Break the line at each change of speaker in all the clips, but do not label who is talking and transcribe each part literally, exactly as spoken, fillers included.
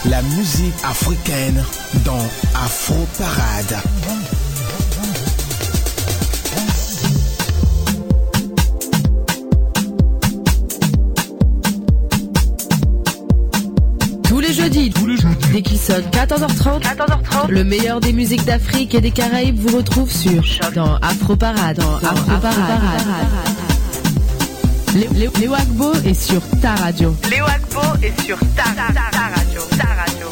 la musique africaine dans Afro Parade.
Tous les jeudis, tous les jeudis, dès qu'il sonne quatorze heures trente, quatorze heures trente, le meilleur des musiques d'Afrique et des Caraïbes vous retrouve sur Choc dans Afro Parade. Dans Afro, Afro Parade. Parade. Léo, Léo Agbo est sur ta radio.
Léo Agbo est sur ta, ta, ta, ta radio. Ta radio.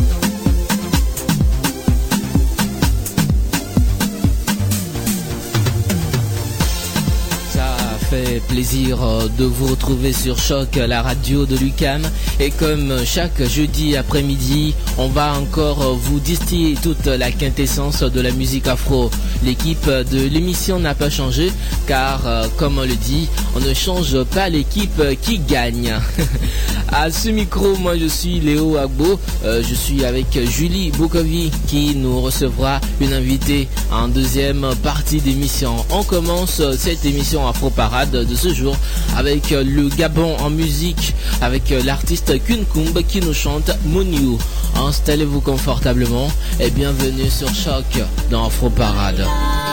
Fait plaisir de vous retrouver sur Choc, la radio de l'U Q A M. Et comme chaque jeudi après-midi, on va encore vous distiller toute la quintessence de la musique afro. L'équipe de l'émission n'a pas changé, car comme on le dit, on ne change pas l'équipe qui gagne. À ce micro, moi je suis Léo Agbo, euh, je suis avec Julie Bokovi qui nous recevra une invitée en deuxième partie d'émission. On commence cette émission Afro Parade de ce jour avec le Gabon en musique, avec l'artiste Kunkumb qui nous chante Moniou. Installez-vous confortablement et bienvenue sur Choc dans Afro Parade.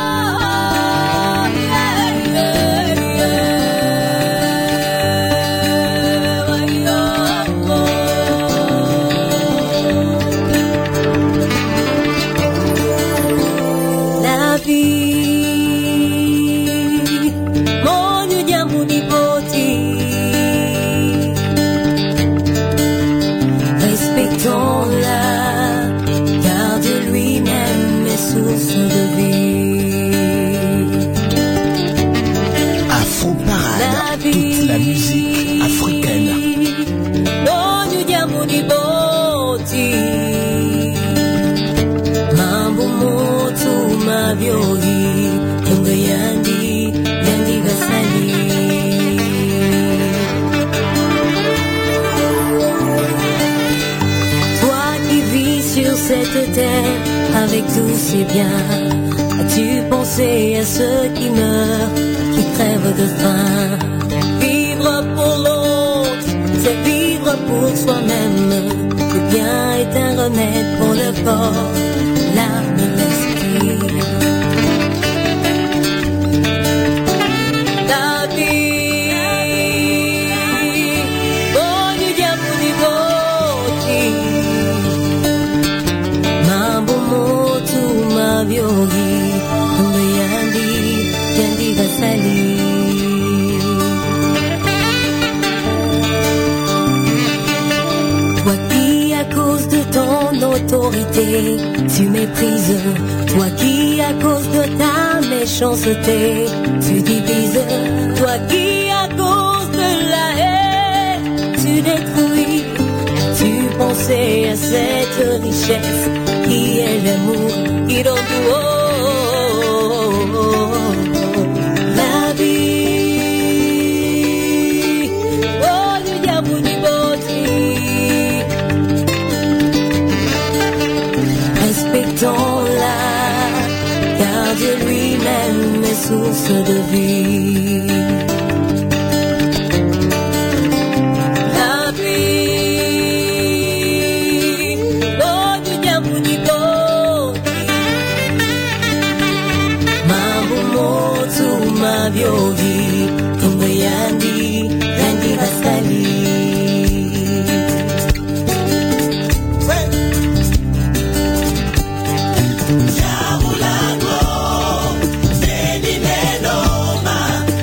La vie, respectons-la, car de lui-même est source de vie.
Afro Parade, toute la musique africaine.
Bonyu diamuni boti, mambo motu mabiogi, tunga yandi, yandi vasali. Sur cette terre, avec tous ses biens, as-tu pensé à ceux qui meurent, qui crèvent de faim? Vivre pour l'autre, c'est vivre pour soi-même. Le bien est un remède pour le corps, l'âme et l'esprit. La vie, bonne diable du boti. Biogi, yandi, yandi vasali. Toi qui à cause de ton autorité tu méprises, toi qui à cause de ta méchanceté tu divises, toi qui à cause de la haine tu détruis, tu pensais à cette richesse qui est l'amour, qui donne tout haut. La vie, oh du diable du boti. Respectons-la, car Dieu lui-même est source de vie. Biogi, tunga yandi, yandi vasali. Jabulango, seni menoma,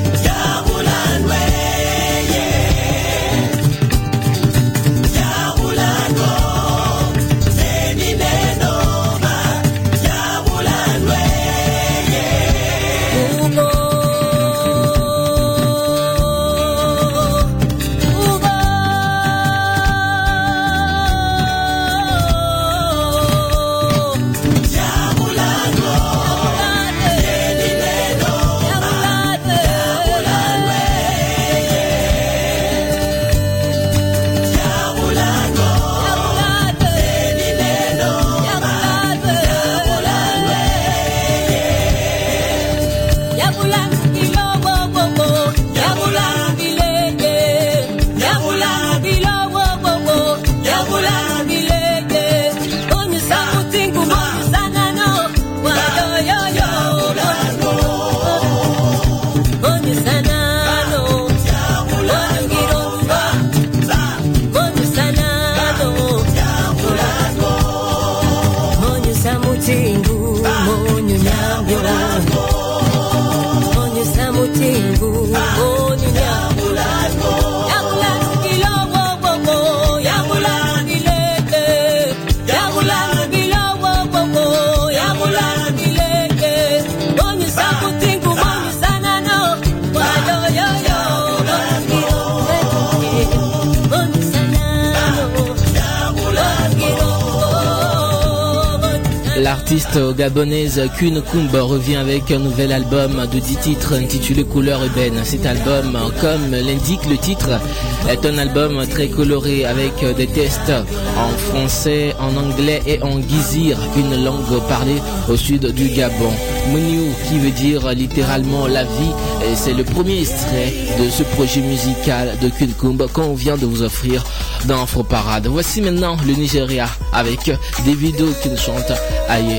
L'artiste gabonaise Kun Kumba revient avec un nouvel album de dix titres intitulé Couleur Ébène. Cet album, comme l'indique le titre, est un album très coloré avec des textes en français, en anglais et en gizir, une langue parlée au sud du Gabon. Mouniou, qui veut dire littéralement la vie, et c'est le premier extrait de ce projet musical de Kun Kumba qu'on vient de vous offrir dans Afro Parade. Voici maintenant le Nigeria avec Davido qui nous chante Aye.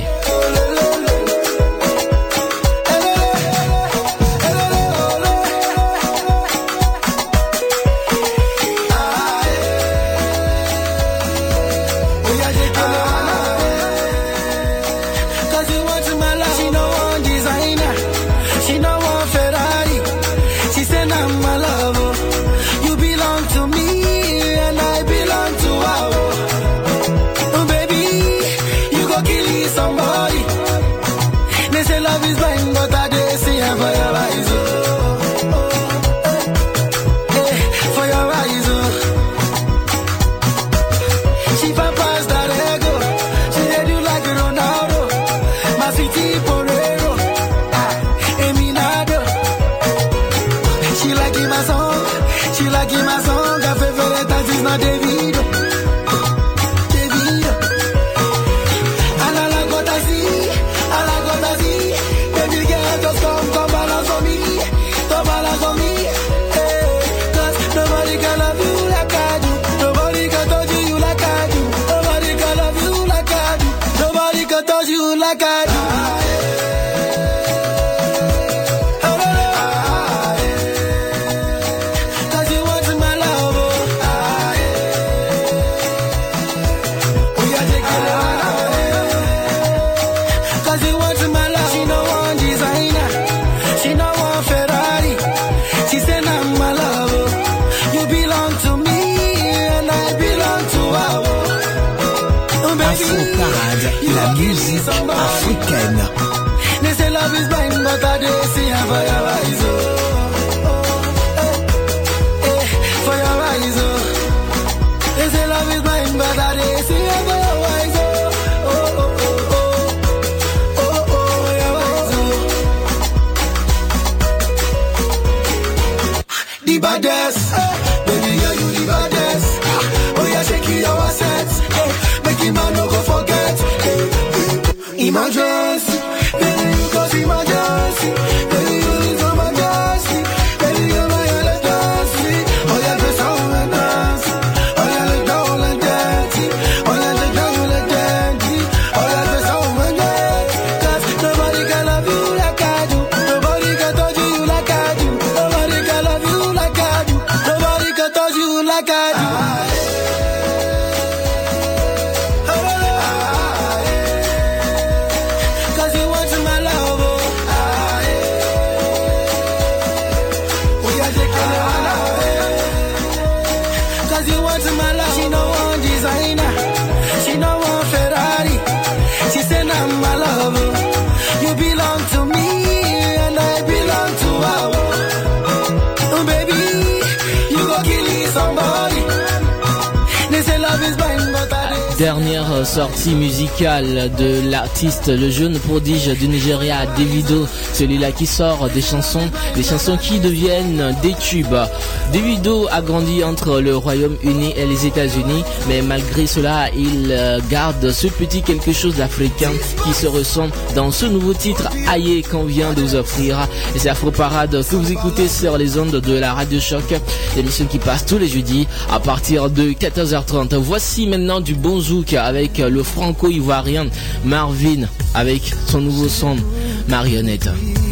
Dernière sortie musicale de l'artiste, le jeune prodige du Nigeria, Davido, celui-là qui sort des chansons, des chansons qui deviennent des tubes. Davido a grandi entre le Royaume-Uni et les États-Unis, mais malgré cela, il garde ce petit quelque chose d'africain qui se ressent dans ce nouveau titre Aye qu'on vient de vous offrir. Et c'est Afro Parade que vous écoutez sur les ondes de la Radio Choc, l'émission qui passe tous les jeudis à partir de quatorze heures trente. Voici maintenant du bon zouk avec le franco-ivoirien Marvin avec son nouveau son Marionnette.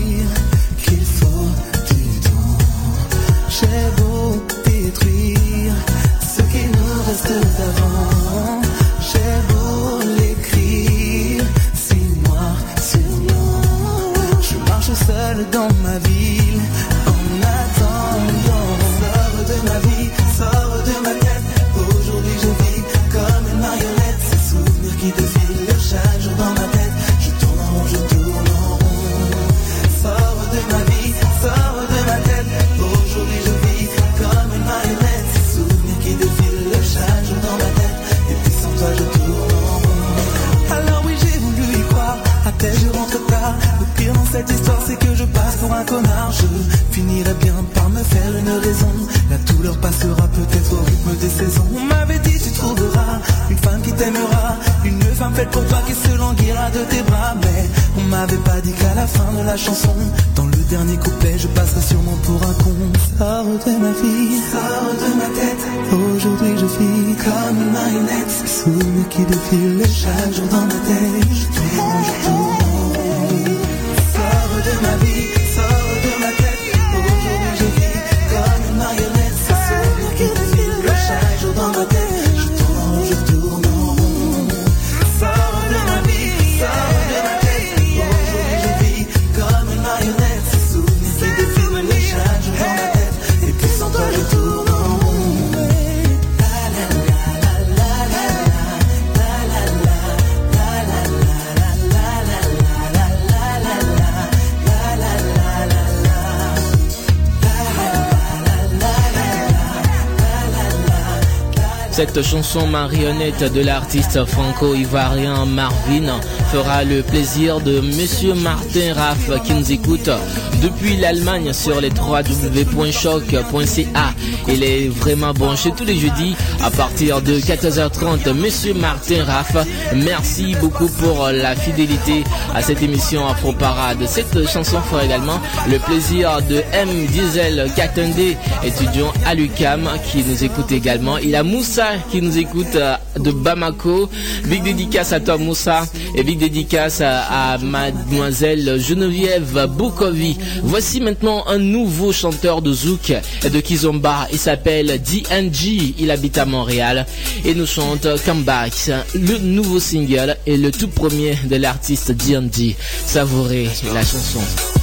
Qu'il faut du temps, j'ai beau détruire ce qui nous reste d'avant, j'ai beau l'écrire, c'est noir sur noir, je marche seul dans ma ville en attendant. Sors de ma vie, sors de ma tête, aujourd'hui je vis comme une marionnette, ces souvenirs qui défilent chaque jour dans ma tête, je tourne en rond, je tourne en rond. Sors de ma vie, sors de ma tête, aujourd'hui je vis pour un connard. Je finirai bien par me faire une raison. La douleur passera peut-être au rythme des saisons. On m'avait dit tu trouveras une femme qui t'aimera, une femme faite pour toi qui se languira de tes bras. Mais on m'avait pas dit qu'à la fin de la chanson, dans le dernier couplet, je passerai sûrement pour un con. Sors de ma vie, sors de ma tête. Aujourd'hui je vis comme une marionnette. Souvenir qui défile chaque jour dans ma tête. Je tourne, je tourne. Sors de ma vie, sors de ma tête. Aujourd'hui je vis comme une marionnette. Souvenir qui défile chaque jour dans ma tête. Je tourne, je tourne. Sors de ma vie, sors de ma tête. Aujourd'hui je vis comme une marionnette. Souvenir qui défile chaque jour dans ma tête. Et puis sans toi je tourne.
Cette chanson marionnette de l'artiste franco-ivoirien Marvin fera le plaisir de Monsieur Martin Raff qui nous écoute depuis l'Allemagne sur les w w w point choc point c a. Il est vraiment branché tous les jeudis à partir de quatorze heures trente. Monsieur Martin Raff, merci beaucoup pour la fidélité à cette émission Afro Parade. Cette chanson fera également le plaisir de M. Diesel Katende, étudiant à l'U Q A M, qui nous écoute également. Il a Moussa qui nous écoute de Bamako. Big dédicace à toi Moussa et big dédicace à, à mademoiselle Geneviève Bokovi. Voici maintenant un nouveau chanteur de zouk et de kizomba. Il s'appelle D N G. Il habite à Montréal et nous chante Come Back, le nouveau single et le tout premier de l'artiste D N G. Savourez la chanson.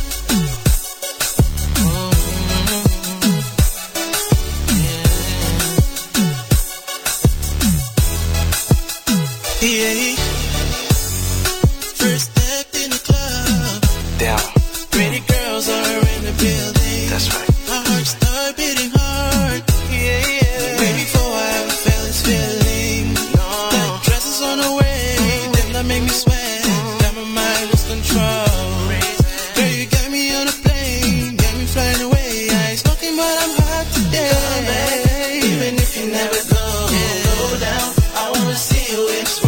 Yeah. First step in the club. Down. Pretty girls are in the building. That's right. My heart started beating hard. Yeah, yeah. Way before I ever felt this feeling. No. That dress is on the way. Then that make me sweat. Got my mind lost control. Girl, you got me on a plane. Got me flying away. I ain't smoking, but I'm hot today. Even if you never go, yeah. Go down. I wanna see you explode.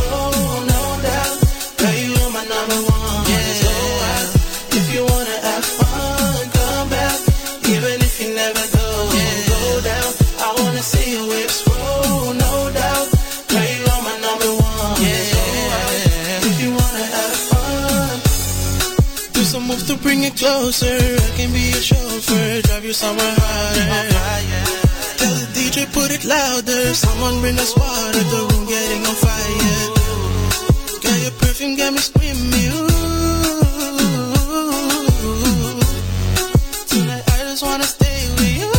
To bring it closer, I can be your chauffeur, drive you somewhere harder. Tell the D J put it louder, someone bring us water, the room getting on fire. Girl, your perfume got me screaming. Ooh. Tonight I just wanna stay with you.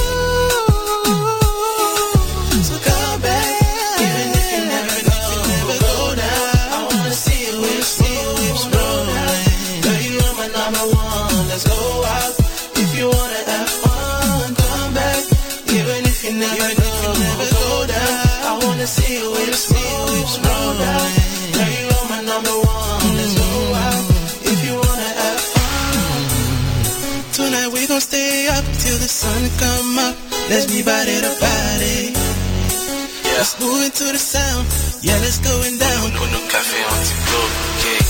So come back, even if you never go, never go down. I wanna see you with see you hips rolling. Girl, you are my number one. Let's go out. If you wanna have fun, come back. Even if you never go, never go down. I wanna see you with see you hips rolling. Girl, you are my number one. Let's go out. If you wanna have fun. Tonight we gon' stay up till the sun come up. Let's be body to body. Yeah. Let's move into the sound. Yeah, let's going down. No, no, café anti-go, okay.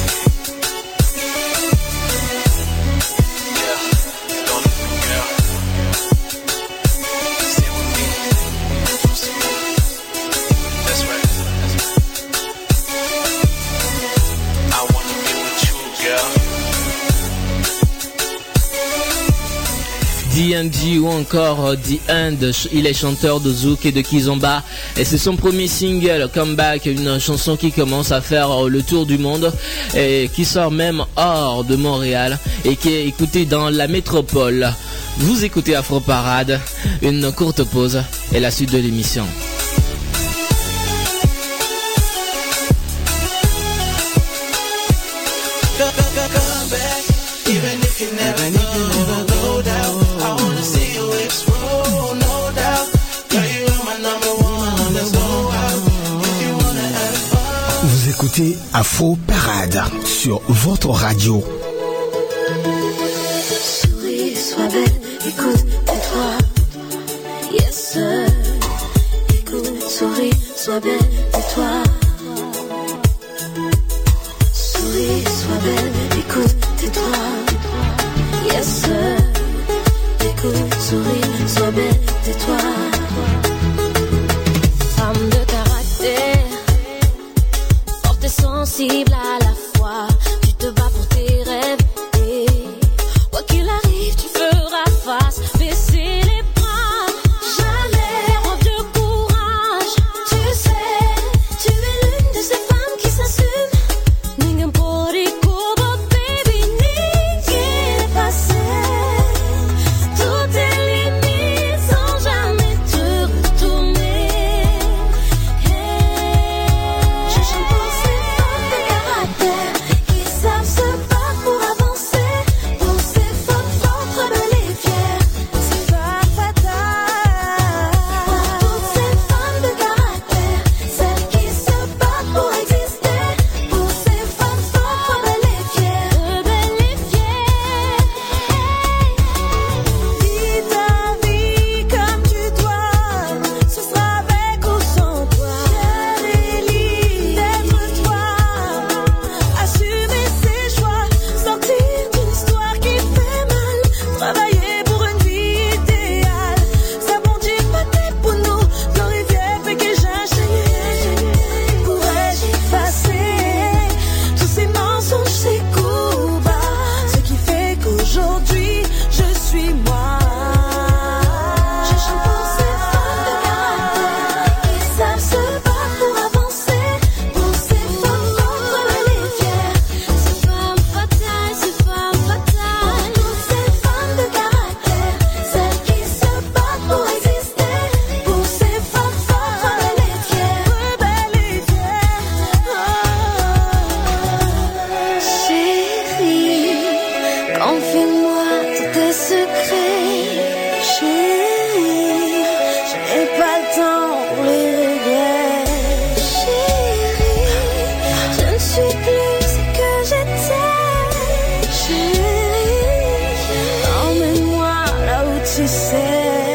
D N G ou encore The End, il est chanteur de zouk et de kizomba et c'est son premier single Comeback, une chanson qui commence à faire le tour du monde et qui sort même hors de Montréal et qui est écoutée dans la métropole. Vous écoutez Afro Parade, une courte pause et la suite de l'émission.
Even if you never go, go down. I wanna see you explode, no doubt. Girl, you are my number one. Let's go out. If you wanna have fun.
Vous écoutez Afro Parade sur votre radio.
Sur sois belle, écoute, tais-toi. Yes sir. Écoute, souris, sois belle, tais-toi. Souris, sois belle, écoute, tais-toi. Yes sir. Écoute, souris, sois belle, tais-toi. Femme de caractère, forte et sensible à la fois. Tu te bats pour tes rêves et quoi qu'il arrive, tu feras face. Baisser les bras, jamais preuve de courage. Tu sais, tu es l'une de ces femmes qui s'assument. Ninguém pode como baby, ninguém passer. Toutes tes limites sans jamais te retourner. Hey. Je chante pour ces femmes de caractère qui savent se battre pour avancer. Pour ces femmes fortes, rebelles et fières. Ces femmes fatales. Pour toutes ces femmes de caractère, celles qui se battent pour exister. Pour ces femmes fortes, rebelles et fières. Rebelles et fières. Vis ta vie comme tu dois. Ce sera avec ou sans toi. Chérie, d'être toi. Assumer ses choix. Sortir d'une histoire qui fait mal. Travailler pour une vie idéale. Ça bon Dieu peut-être pour nous. Nos rivières fait que j'enchaîne. Pourrais-je effacer tous ces mensonges, ces coups bas. Ce qui fait qu'aujourd'hui je suis moi. Je chante pour ces femmes de caractère qui savent se battre pour avancer. Pour ces femmes fortes, rebelles et fières. Ces femmes fatales, ces femmes fatales. Pour ces femmes de caractère, celles qui se battent pour exister. Pour ces femmes fortes, rebelles et fières. Rebelles et fières. Chérie, confie-moi tous tes secrets. Chérie, je n'ai pas le temps pour les regrets. Chérie, je ne suis plus ce que j'étais. Chérie, emmène-moi là où tu sais.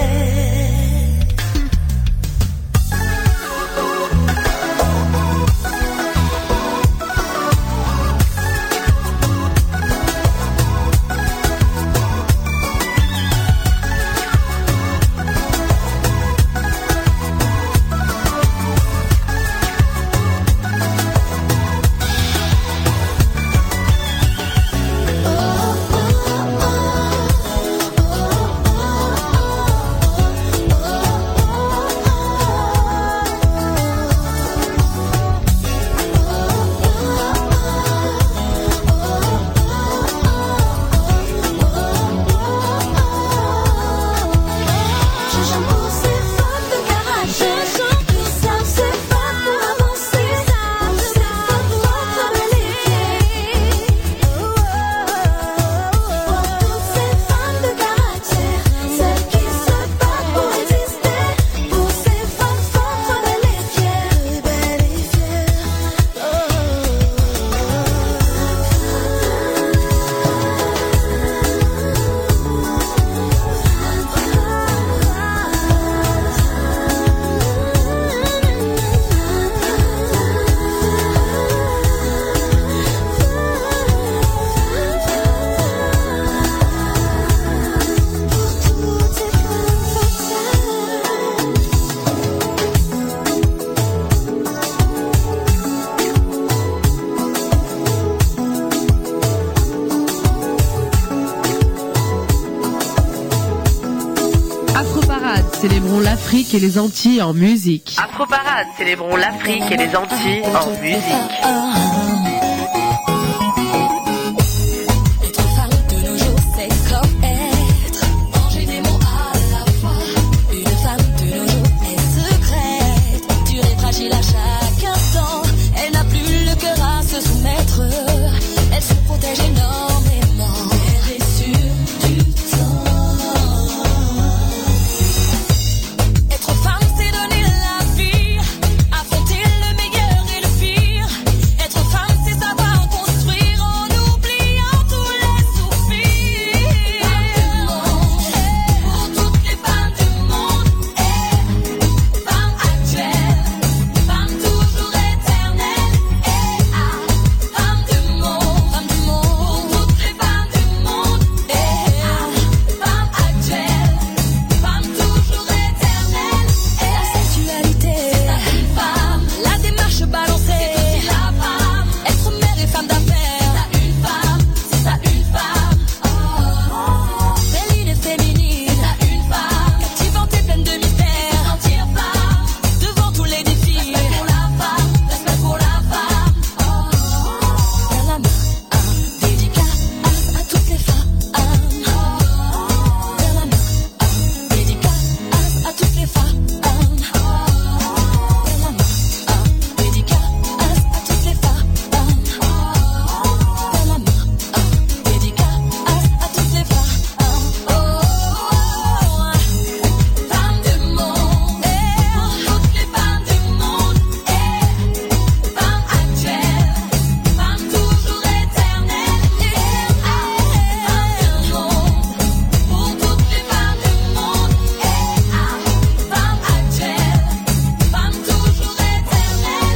Je chante pour ces femmes de caractère qui savent se battre pour avancer. Pour ces femmes fortes, rebelles et fières. Pour toutes ces femmes de caractère, celles qui se battent pour exister. Pour ces femmes fortes, rebelles et fières. Rebelles et fières.
Afro Parade, célébrons l'Afrique et les Antilles en musique.
Afro Parade, célébrons l'Afrique et les Antilles en musique.
Être femme de nos jours, c'est comme être. Manger des mots à la fois. Une femme de nos jours est secrète. Dure et fragile à chaque instant. Elle n'a plus le cœur à se soumettre. Elle se protège énormément. Elle est sûre du temps. Être femme, c'est donner la vie. Affronter le meilleur et le pire. Être femme, balancer. C'est aussi la femme, être mère et femme d'affaires. C'est ça une femme, c'est ça une femme. Oh, oh, oh. Féline et féminine, c'est ça une femme. Captivante et pleine de mystère. Se sentir femme, devant tous les défis. Respect pour la femme, respect pour la femme. Oh, oh, oh. Vers la main, un dédicace à toutes les femmes. Oh, oh, oh. Vers la main, un dédicace à toutes les femmes. Oh, oh, oh. Vers la main, un dédicace à toutes les femmes. Oh, oh, oh. Vers la main, un dédicace à toutes les femmes. Oh, oh, oh. Femmes du monde, eh, toutes les femmes du monde, eh, femmes actuelles, femmes toujours éternelles, eh, ah, femmes du monde, pour toutes les femmes du monde, eh, ah, femmes actuelles, femmes toujours éternelles,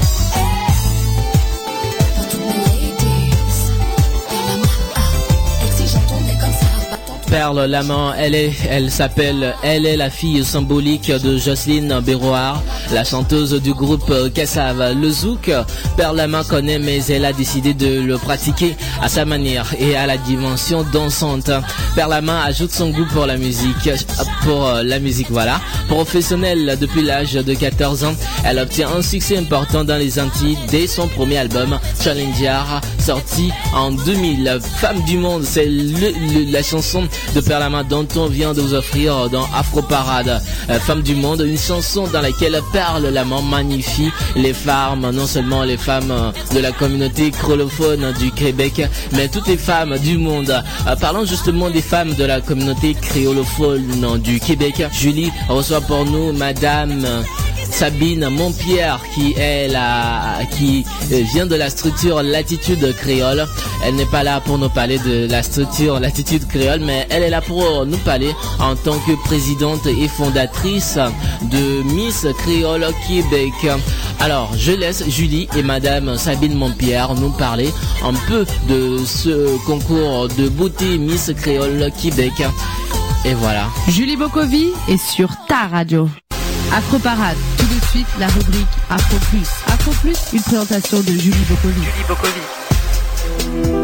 eh, pour toutes mes ladies, et la main, ah, exigeante, on est comme ça, battante.
Perle Lament, elle est, elle s'appelle, elle est la fille symbolique de Jocelyne Béroard, la chanteuse du groupe Kassav. Le zouk, Perle Lament connaît, mais elle a décidé de le pratiquer à sa manière et à la dimension dansante. Perle Lament ajoute son goût pour la musique, pour la musique, voilà. Professionnelle depuis l'âge de quatorze ans, elle obtient un succès important dans les Antilles dès son premier album, Challenger, sorti en deux mille. Femme du monde, c'est le, le, la chanson de Perle Lament dont on vient de vous offrir dans Afro Parade. Euh, Femme du monde, une chanson dans laquelle Perle Lament magnifie les femmes, non seulement les femmes de la communauté créolophone du Québec, mais toutes les femmes du monde. Euh, parlons justement des femmes de la communauté créolophone du Québec. Julie reçoit pour nous Madame Sabine Montpierre, qui est la, qui vient de la structure Latitude Créole. Elle n'est pas là pour nous parler de la structure Latitude Créole, mais elle est là pour nous parler en tant que présidente et fondatrice de Miss Créole Québec. Alors, je laisse Julie et Madame Sabine Montpierre nous parler un peu de ce concours de beauté Miss Créole Québec. Et voilà.
Julie Bokovi est sur ta radio. Afro Parade, tout de suite la rubrique Afro Plus. Afro Plus, une présentation de Julie Bokovi.
Julie Bokovi.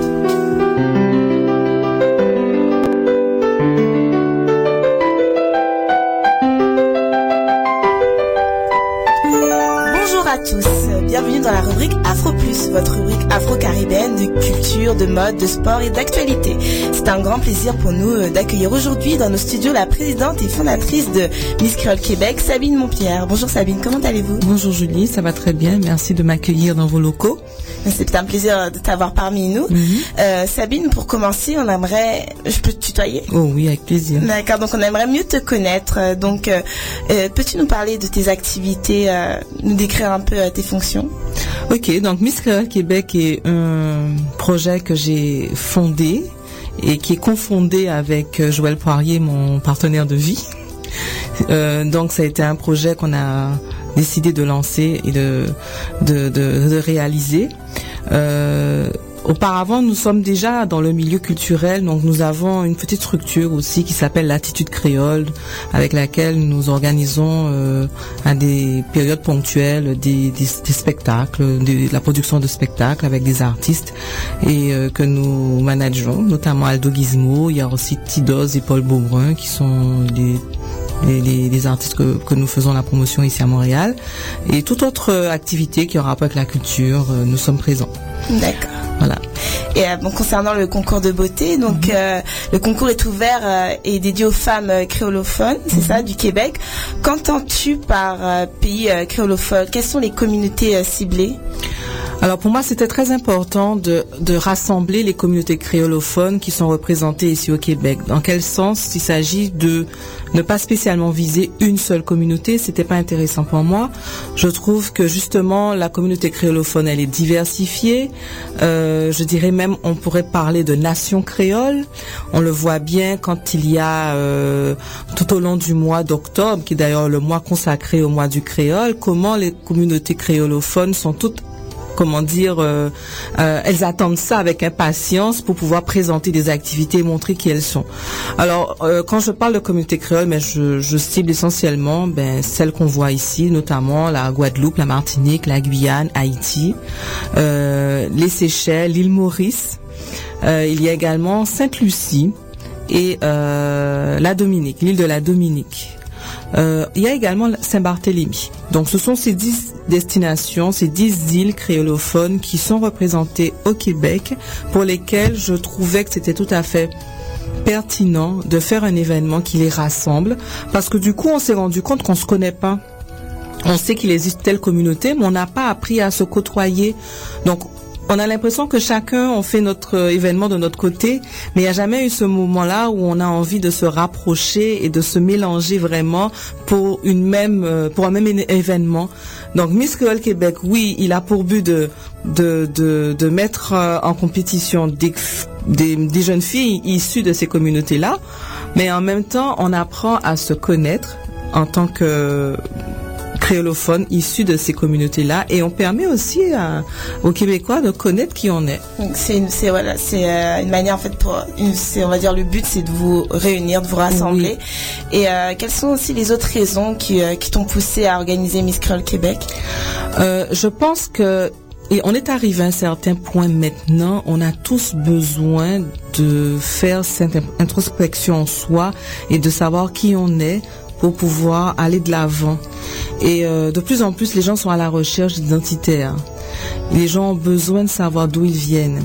Bonjour à tous, bienvenue dans la rubrique Afro Plus, votre rubrique afro-caribéenne de culture, de mode, de sport et d'actualité. C'est un grand plaisir pour nous d'accueillir aujourd'hui dans nos studios la présidente et fondatrice de Miss Créole Québec, Sabine Montpierre. Bonjour Sabine, comment allez-vous?
Bonjour Julie, ça va très bien, merci de m'accueillir dans vos locaux.
C'est un plaisir de t'avoir parmi nous. Mm-hmm. euh, Sabine, pour commencer, on aimerait... Je peux te tutoyer?
Oh oui, avec plaisir.
D'accord, donc on aimerait mieux te connaître. Donc, euh, euh, peux-tu nous parler de tes activités, euh, nous décrire un peu euh, tes fonctions?
Ok, donc Miss Créole Québec est un projet que j'ai fondé et qui est confondé avec Joël Poirier, mon partenaire de vie. Euh, donc ça a été un projet qu'on a décidé de lancer et de, de, de, de réaliser. Euh, Auparavant, nous sommes déjà dans le milieu culturel, donc nous avons une petite structure aussi qui s'appelle Latitude Créole, avec laquelle nous organisons euh, à des périodes ponctuelles des, des, des spectacles, de, de la production de spectacles avec des artistes et euh, que nous manageons, notamment Aldo Gizmo, il y a aussi Tidoz et Paul Beaubrun qui sont des Les, les, les artistes que, que nous faisons la promotion ici à Montréal et toute autre activité qui aura rapport avec la culture, euh, nous sommes présents.
D'accord.
Voilà.
Et euh, bon, concernant le concours de beauté, donc mm-hmm. euh, le concours est ouvert euh, et dédié aux femmes euh, créolophones, c'est mm-hmm. ça, du Québec. Qu'entends-tu par euh, pays euh, créolophone? Quelles sont les communautés euh, ciblées?
Alors pour moi, c'était très important de, de rassembler les communautés créolophones qui sont représentées ici au Québec. Dans quel sens? Il s'agit de ne pas spécialement viser une seule communauté, c'était pas intéressant pour moi. Je trouve que justement la communauté créolophone, elle est diversifiée. Euh, je dirais même, on pourrait parler de nation créole. On le voit bien quand il y a euh, tout au long du mois d'octobre, qui est d'ailleurs le mois consacré au mois du créole, comment les communautés créolophones sont toutes comment dire, euh, euh, elles attendent ça avec impatience pour pouvoir présenter des activités et montrer qui elles sont. Alors, euh, quand je parle de communauté créole, mais je, je cible essentiellement ben, celles qu'on voit ici, notamment la Guadeloupe, la Martinique, la Guyane, Haïti, euh, les Seychelles, l'île Maurice. Euh, il y a également Sainte-Lucie et euh, la Dominique, l'île de la Dominique. Euh, il y a également Saint-Barthélemy. Donc ce sont ces dix destinations, ces dix îles créolophones qui sont représentées au Québec, pour lesquelles je trouvais que c'était tout à fait pertinent de faire un événement qui les rassemble, parce que du coup on s'est rendu compte qu'on se connaît pas. On sait qu'il existe telle communauté, mais on n'a pas appris à se côtoyer. Donc on a l'impression que chacun, on fait notre événement de notre côté, mais il n'y a jamais eu ce moment-là où on a envie de se rapprocher et de se mélanger vraiment pour une même, pour un même événement. Donc Miss Créole Québec, oui, il a pour but de de de, de mettre en compétition des, des des jeunes filles issues de ces communautés-là, mais en même temps, on apprend à se connaître en tant que créolophones issus de ces communautés-là, et on permet aussi à, aux Québécois de connaître qui on est.
Donc c'est une, c'est voilà, c'est euh, une manière en fait pour, une, c'est on va dire le but c'est de vous réunir, de vous rassembler. Oui. Et euh, quelles sont aussi les autres raisons qui euh, qui t'ont poussé à organiser Miss Créole Québec?
Euh, je pense que Et on est arrivé à un certain point maintenant, on a tous besoin de faire cette introspection en soi et de savoir qui on est pour pouvoir aller de l'avant. Et euh, de plus en plus, les gens sont à la recherche d'identitaires. Les gens ont besoin de savoir d'où ils viennent.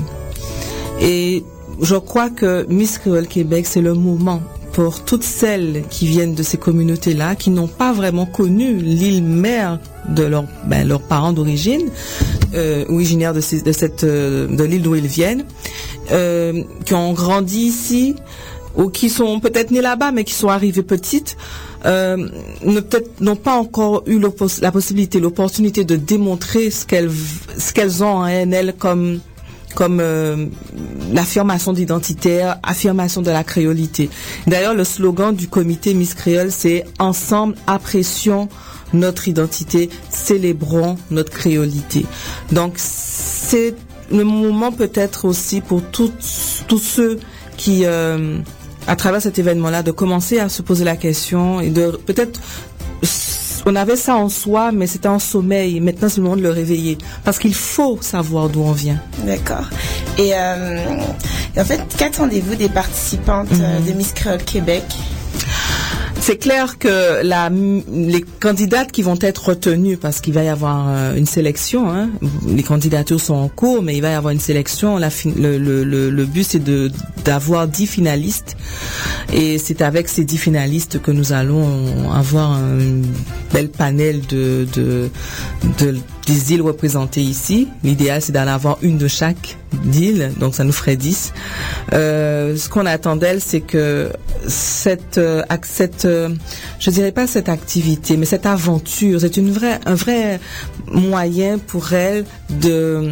Et je crois que Miss Créole Québec, c'est le moment pour toutes celles qui viennent de ces communautés-là, qui n'ont pas vraiment connu l'île mère de leurs ben, leurs parents d'origine, euh, originaires de, ces, de cette euh, de l'île d'où ils viennent, euh, qui ont grandi ici, ou qui sont peut-être nées là-bas, mais qui sont arrivées petites, euh, ne peut-être n'ont pas encore eu la possibilité, l'opportunité de démontrer ce qu'elles ce qu'elles ont en elles comme comme euh, l'affirmation d'identitaire, affirmation de la créolité. D'ailleurs, le slogan du comité Miss Créole, c'est « Ensemble, apprécions notre identité, célébrons notre créolité ». Donc, c'est le moment peut-être aussi pour tous tous ceux qui, euh, à travers cet événement-là, de commencer à se poser la question et de peut-être... On avait ça en soi, mais c'était en sommeil. Maintenant, c'est le moment de le réveiller. Parce qu'il faut savoir d'où on vient.
D'accord. Et, euh, et en fait, qu'attendez-vous des participantes mm-hmm. de Miss Créole Québec?
C'est clair que la, les candidates qui vont être retenues, parce qu'il va y avoir euh, une sélection, hein, les candidatures sont en cours, mais il va y avoir une sélection. La, le, le, le, le but, c'est de d'avoir dix finalistes, et c'est avec ces dix finalistes que nous allons avoir un bel panel de, de, de des îles représentées ici. L'idéal, c'est d'en avoir une de chaque île, donc ça nous ferait dix. Euh, ce qu'on attend d'elle, c'est que cette, euh, cette euh, je dirais pas cette activité, mais cette aventure, c'est une vraie, un vrai moyen pour elles de,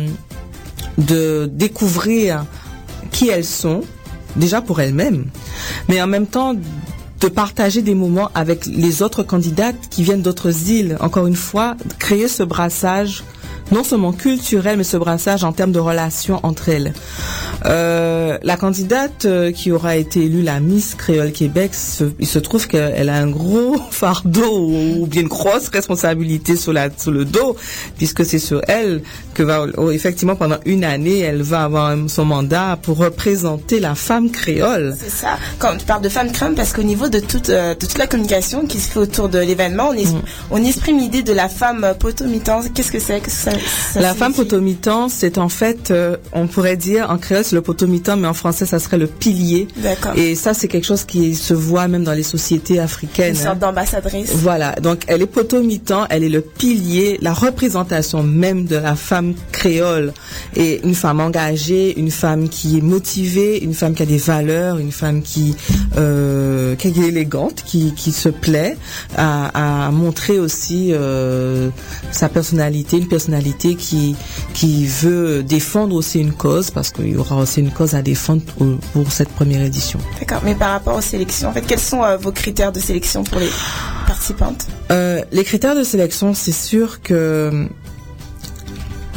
de découvrir qui elles sont, déjà pour elles-mêmes, mais en même temps de partager des moments avec les autres candidates qui viennent d'autres îles. Encore une fois, créer ce brassage, non seulement culturel, mais ce brassage en termes de relations entre elles. Euh, la candidate euh, qui aura été élue la Miss Créole Québec, se, il se trouve qu'elle a un gros fardeau ou bien une grosse responsabilité sur, la, sur le dos, puisque c'est sur elle que va, oh, effectivement, pendant une année, elle va avoir son mandat pour représenter la femme créole.
C'est ça. Quand tu parles de femme créole, parce qu'au niveau de toute, euh, de toute la communication qui se fait autour de l'événement, on, es, mm. on exprime l'idée de la femme potomitan. Qu'est-ce que c'est? Qu'est-ce que ça, ça
la
signifie?
femme potomitan, c'est en fait, euh, on pourrait dire, en créole, c'est le potomitan, mais en français, ça serait le pilier.
D'accord.
Et ça, c'est quelque chose qui se voit même dans les sociétés africaines.
Une sorte hein. d'ambassadrice.
Voilà. Donc, elle est potomitan, elle est le pilier, la représentation même de la femme créole. Et une femme engagée, une femme qui est motivée, une femme qui a des valeurs, une femme qui, euh, qui est élégante, qui, qui se plaît à, à montrer aussi euh, sa personnalité, une personnalité qui, qui veut défendre aussi une cause, parce qu'il y aura aussi une cause à défendre pour, pour cette première édition.
D'accord. Mais par rapport aux sélections, en fait, quels sont euh, vos critères de sélection pour les participantes?
euh, Les critères de sélection, c'est sûr que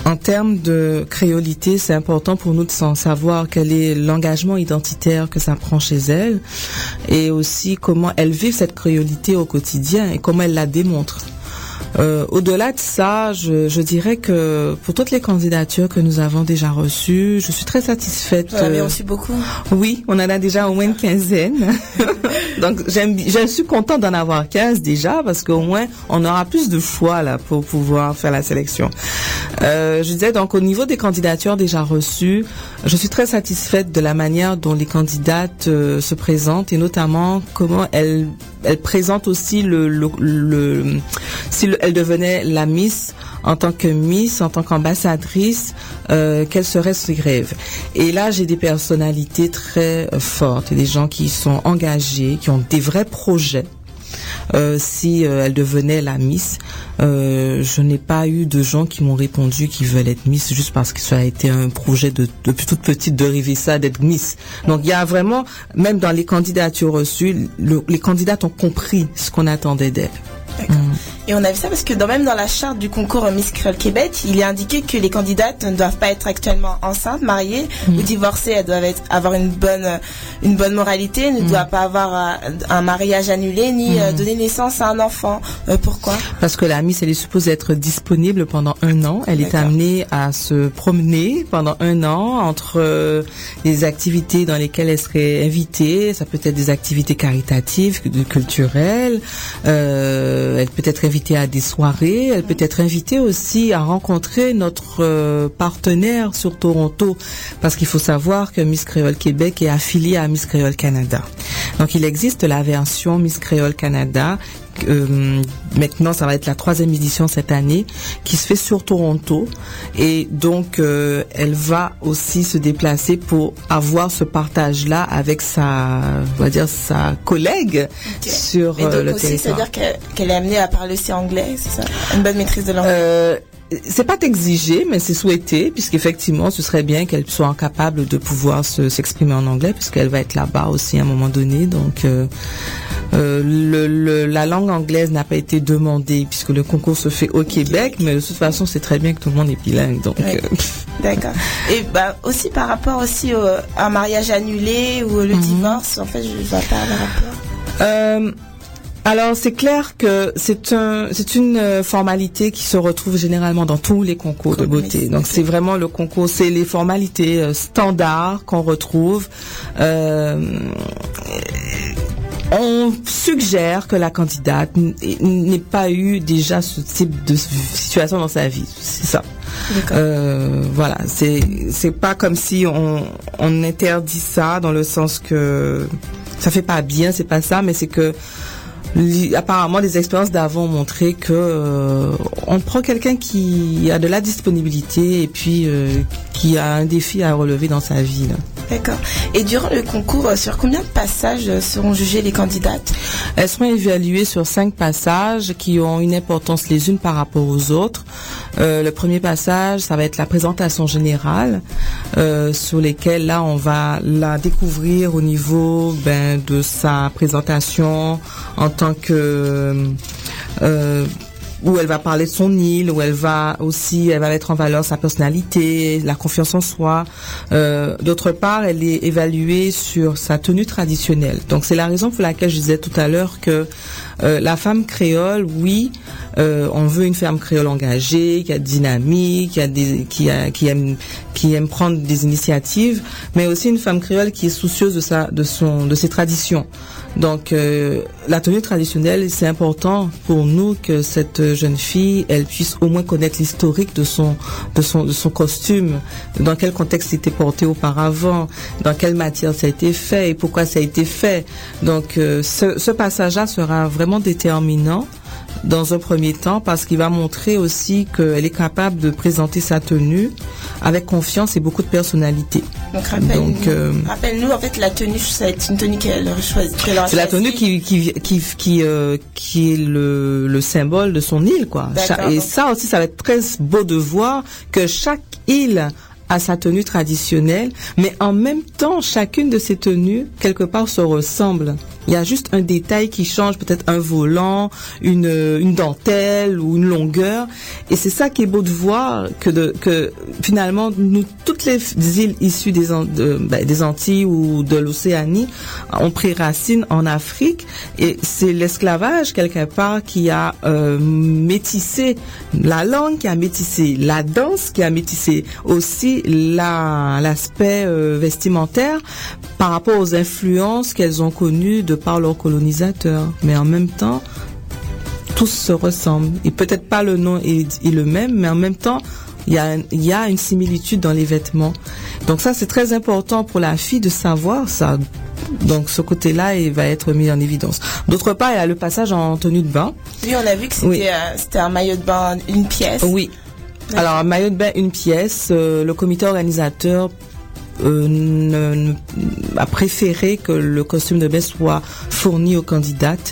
En termes de créolité, c'est important pour nous de savoir quel est l'engagement identitaire que ça prend chez elle et aussi comment elle vit cette créolité au quotidien et comment elle la démontre. Euh, au-delà de ça, je, je dirais que pour toutes les candidatures que nous avons déjà reçues, je suis très satisfaite.
Vous en avez reçu beaucoup?
Oui, on en a déjà au moins une quinzaine. Donc, j'aime, je suis contente d'en avoir quinze déjà parce qu'au moins, on aura plus de choix là pour pouvoir faire la sélection. Euh, je disais donc au niveau des candidatures déjà reçues, je suis très satisfaite de la manière dont les candidates euh, se présentent et notamment comment elles elles présentent aussi le, le, le si le, elle devenait la Miss en tant que Miss, en tant qu'ambassadrice, euh, quels seraient ses rêves. Et là, j'ai des personnalités très euh, fortes, et des gens qui sont engagés, qui ont des vrais projets. Euh, si euh, elle devenait la Miss, euh, je n'ai pas eu de gens qui m'ont répondu qu'ils veulent être Miss juste parce que ça a été un projet de, depuis toute petite de rêver ça, d'être Miss. Donc il y a vraiment, même dans les candidatures reçues, le, les candidates ont compris ce qu'on attendait d'elles.
D'accord. Mmh. Et on a vu ça parce que dans, même dans la charte du concours Miss Créole Québec, il est indiqué que les candidates ne doivent pas être actuellement enceintes, mariées mmh. ou divorcées. Elles doivent être, avoir une bonne, une bonne moralité, ne mmh. doivent pas avoir un, un mariage annulé, ni mmh. euh, donner naissance à un enfant. Euh, pourquoi? Parce
que la Miss, elle est supposée être disponible pendant un an. Elle D'accord. est amenée à se promener pendant un an entre euh, les activités dans lesquelles elle serait invitée. Ça peut être des activités caritatives, culturelles. Euh, elle peut être invitée à des soirées, elle peut être invitée aussi à rencontrer notre euh, partenaire sur Toronto, parce qu'il faut savoir que Miss Créole Québec est affiliée à Miss Créole Canada. Donc il existe la version Miss Créole Canada. Euh, maintenant, ça va être la troisième édition cette année, qui se fait sur Toronto, et donc euh, elle va aussi se déplacer pour avoir ce partage-là avec sa, on va dire sa collègue okay. sur
euh,
le
aussi,
territoire.
C'est-à-dire qu'elle, qu'elle est amenée à parler aussi anglais, c'est ça? Une bonne maîtrise de l'anglais.
Euh, c'est pas exigé, mais c'est souhaité, puisqu'effectivement, ce serait bien qu'elle soit capable de pouvoir se, s'exprimer en anglais, puisqu'elle va être là-bas aussi à un moment donné. Donc, euh, euh, le, le, la langue anglaise n'a pas été demandée, puisque le concours se fait au Québec, mais de toute façon, c'est très bien que tout le monde est bilingue. Donc,
ouais. euh, d'accord. Et bah aussi par rapport aussi au, à un mariage annulé ou le mm-hmm. divorce, en fait, je vois pas le rapport.
Euh, Alors c'est clair que c'est un c'est une formalité qui se retrouve généralement dans tous les concours de beauté. Donc c'est vraiment le concours, c'est les formalités euh, standards qu'on retrouve. Euh, on suggère que la candidate n'ait pas eu déjà ce type de situation dans sa vie. C'est ça. Euh, voilà, c'est c'est pas comme si on on interdit ça dans le sens que ça fait pas bien, c'est pas ça, mais c'est que apparemment, les expériences d'avant ont montré que euh, on prend quelqu'un qui a de la disponibilité et puis euh, qui a un défi à relever dans sa vie. Là.
D'accord. Et durant le concours, sur combien de passages seront jugées les candidates?
Elles seront évaluées sur cinq passages qui ont une importance les unes par rapport aux autres. Euh, le premier passage, ça va être la présentation générale, euh, sur lesquelles là on va la découvrir au niveau ben, de sa présentation en tant que euh, où elle va parler de son île, où elle va aussi, elle va mettre en valeur sa personnalité, la confiance en soi. Euh, d'autre part, elle est évaluée sur sa tenue traditionnelle. Donc c'est la raison pour laquelle je disais tout à l'heure que euh, la femme créole, oui, euh, on veut une femme créole engagée, qui a dynamique, qui a des, qui a, qui aime, qui aime prendre des initiatives, mais aussi une femme créole qui est soucieuse de sa, de son, de ses traditions. Donc, euh, la tenue traditionnelle, c'est important pour nous que cette jeune fille, elle puisse au moins connaître l'historique de son, de son, de son costume, dans quel contexte il était porté auparavant, dans quelle matière ça a été fait et pourquoi ça a été fait. Donc, euh, ce, ce passage-là sera vraiment déterminant dans un premier temps parce qu'il va montrer aussi qu'elle est capable de présenter sa tenue avec confiance et beaucoup de personnalité.
Donc, rappelle, Donc euh, rappelle-nous, en fait, la tenue, ça va être une tenue qu'elle aura choisie.
C'est la tenue qui, qui, qui, qui, euh, qui est le, le symbole de son île, quoi. Et donc, ça aussi, ça va être très beau de voir que chaque île a sa tenue traditionnelle, mais en même temps, chacune de ces tenues, quelque part, se ressemble. Il y a juste un détail qui change, peut-être un volant, une, une dentelle ou une longueur. Et c'est ça qui est beau de voir, que, de, que finalement, nous, toutes les îles issues des, de, ben, des Antilles ou de l'Océanie ont pris racine en Afrique. Et c'est l'esclavage, quelque part, qui a euh, métissé la langue, qui a métissé la danse, qui a métissé aussi la, l'aspect euh, vestimentaire par rapport aux influences qu'elles ont connues de par leurs colonisateurs. Mais en même temps, tous se ressemblent. Et peut-être pas le nom est, est le même, mais en même temps, il y a, il y a une similitude dans les vêtements. Donc ça, c'est très important pour la fille de savoir ça. Donc ce côté-là, il va être mis en évidence. D'autre part, il y a le passage en tenue de bain.
Oui, on a vu que c'était,
oui.
euh, c'était un maillot de bain, une pièce.
Oui. D'accord. Alors, un maillot de bain, une pièce. Euh, le comité organisateur Euh, ne, ne, a préféré que le costume de bain soit fourni aux candidates.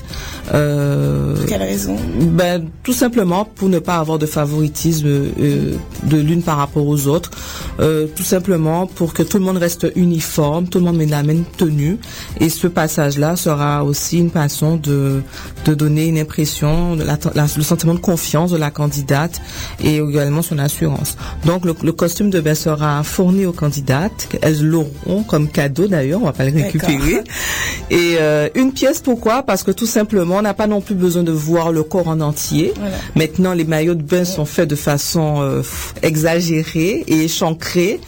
Euh, pour quelle raison?
Ben, tout simplement pour ne pas avoir de favoritisme euh, de l'une par rapport aux autres. Euh, tout simplement pour que tout le monde reste uniforme, tout le monde met la même tenue. Et ce passage-là sera aussi une façon de, de donner une impression, de la, la, le sentiment de confiance de la candidate et également son assurance. Donc le, le costume de bain sera fourni aux candidates. Elles l'auront comme cadeau d'ailleurs, on va pas le récupérer. Et euh, une pièce, pourquoi? Parce que tout simplement, on n'a pas non plus besoin de voir le corps en entier. Voilà. Maintenant, les maillots de bain sont faits de façon euh, exagérée et échancrée.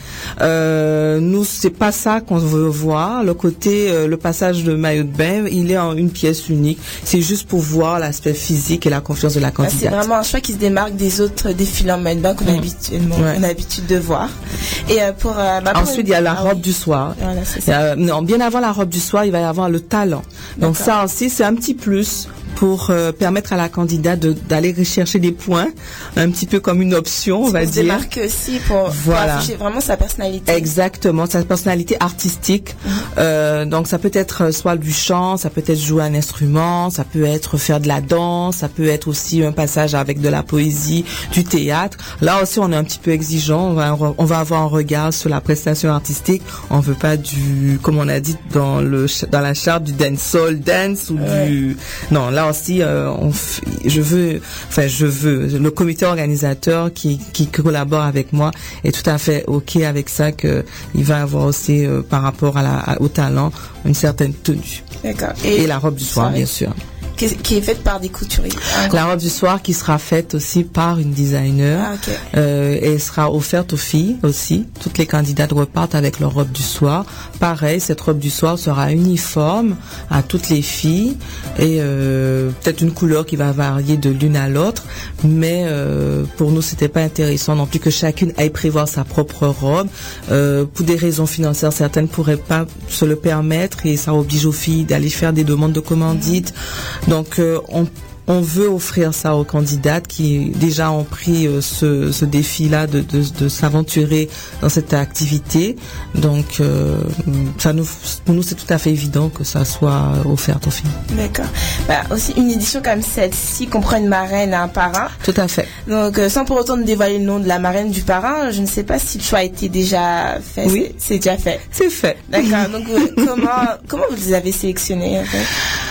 Euh, nous, c'est pas ça qu'on veut voir. Le côté, euh, le passage de maillot de bain, il est en une pièce unique. C'est juste pour voir l'aspect physique et la confiance de la candidate.
C'est vraiment un choix qui se démarque des autres défilés en maillot de bain qu'on mmh. a habituellement, ouais. on a l'habitude de voir. Et euh, pour, euh, bah, pour
ensuite, il y a la robe du soir.
Voilà, c'est ça.
Euh, non, bien avant la robe du soir, il va y avoir le talent. Donc D'accord. ça aussi, c'est un petit plus pour euh, permettre à la candidate de, d'aller rechercher des points, un petit peu comme une option, on va dire. Se
démarque aussi pour, voilà. pour afficher vraiment sa personnalité.
Exactement, sa personnalité artistique. Mm-hmm. Euh, donc ça peut être soit du chant, ça peut être jouer un instrument, ça peut être faire de la danse, ça peut être aussi un passage avec de la poésie, du théâtre. Là aussi, on est un petit peu exigeant. On va, on va avoir un regard sur la prestation artistique. On veut pas du, comme on a dit dans le dans la charte, du dancehall dance ou ouais. du. Non, là aussi, euh, on f... je veux, enfin je veux, le comité organisateur qui qui collabore avec moi est tout à fait ok avec ça, que il va avoir aussi euh, par rapport à la à, au talent une certaine tenue.
D'accord.
Et, et la robe du soir, bien sûr.
Qui est faite par des couturiers. Ah,
la robe du soir qui sera faite aussi par une designer.
Ah, okay.
euh, et sera offerte aux filles aussi. Toutes les candidates repartent avec leur robe du soir. Pareil, cette robe du soir sera uniforme à toutes les filles et euh, peut-être une couleur qui va varier de l'une à l'autre. Mais euh, pour nous, c'était pas intéressant non plus que chacune aille prévoir sa propre robe. Euh, pour des raisons financières, certaines pourraient pas se le permettre et ça oblige aux filles d'aller faire des demandes de commandite. Mmh. Donc, euh, on, on veut offrir ça aux candidates qui déjà ont pris euh, ce, ce défi-là de, de, de s'aventurer dans cette activité. Donc, euh, ça nous, pour nous, c'est tout à fait évident que ça soit offert aux filles.
D'accord. Bah, aussi, une édition comme celle-ci comprend une marraine et un parrain.
Tout à fait.
Donc, euh, sans pour autant nous dévoiler le nom de la marraine du parrain, je ne sais pas si le choix a été déjà fait.
Oui.
C'est, c'est déjà fait.
C'est fait.
D'accord. Donc, euh, comment, comment vous les avez sélectionnés, en fait?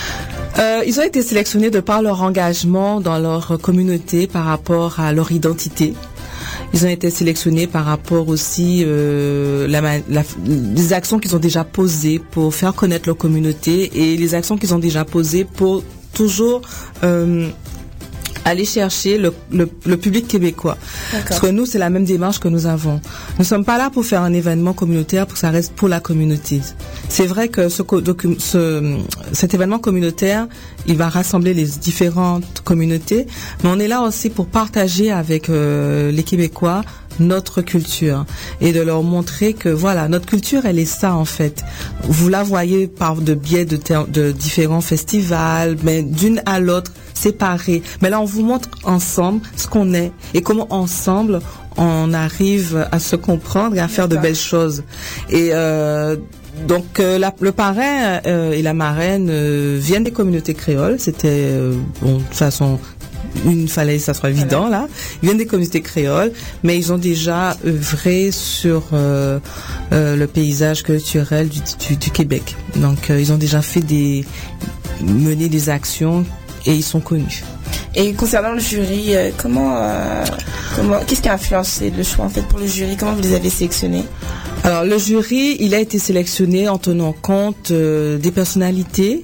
Euh, ils ont été sélectionnés de par leur engagement dans leur communauté par rapport à leur identité. Ils ont été sélectionnés par rapport aussi euh, la, la, les actions qu'ils ont déjà posées pour faire connaître leur communauté et les actions qu'ils ont déjà posées pour toujours euh, aller chercher le, le, le public québécois. D'accord. Parce que nous, c'est la même démarche que nous avons. Nous sommes pas là pour faire un événement communautaire pour que ça reste pour la communauté. C'est vrai que ce, ce, cet événement communautaire, il va rassembler les différentes communautés, mais on est là aussi pour partager avec euh, les Québécois notre culture et de leur montrer que voilà, notre culture, elle est ça en fait. Vous la voyez par de biais de, ter- de différents festivals, mais d'une à l'autre, séparés. Mais là, on vous montre ensemble ce qu'on est et comment ensemble on arrive à se comprendre et à faire D'accord. de belles choses. Et euh, donc euh, la, le parrain euh, et la marraine euh, viennent des communautés créoles. C'était euh, bon, de façon une fallait que ça soit évident là. Ils viennent des communautés créoles, mais ils ont déjà œuvré sur euh, euh, le paysage culturel du, du, du Québec. Donc euh, ils ont déjà fait des mené des actions et ils sont connus.
Et concernant le jury, euh, comment, euh, comment, qu'est-ce qui a influencé le choix en fait pour le jury? Comment vous les avez sélectionnés?
Alors le jury, il a été sélectionné en tenant compte euh, des personnalités,